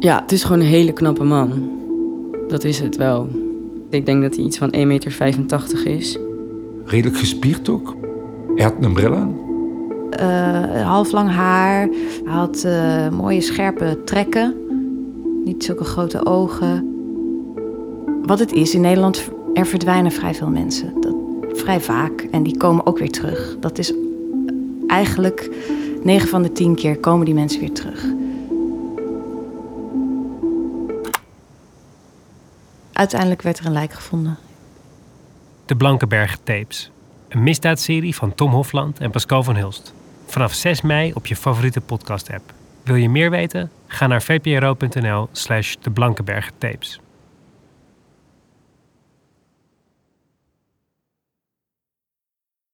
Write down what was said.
Ja, het is gewoon een hele knappe man. Dat is het wel. Ik denk dat hij iets van 1,85 meter is. Redelijk gespierd ook. Hij had een bril aan. Halflang haar. Hij had mooie scherpe trekken. Niet zulke grote ogen. Wat het is, in Nederland, er verdwijnen vrij veel mensen. Vrij vaak. En die komen ook weer terug. Dat is eigenlijk 9 van de 10 keer komen die mensen weer terug. Uiteindelijk werd er een lijk gevonden. De Blankenberg-tapes. Een misdaadserie van Tom Hofland en Pascal van Hulst. Vanaf 6 mei op je favoriete podcast-app. Wil je meer weten? Ga naar vpro.nl/de Blankenberg-tapes.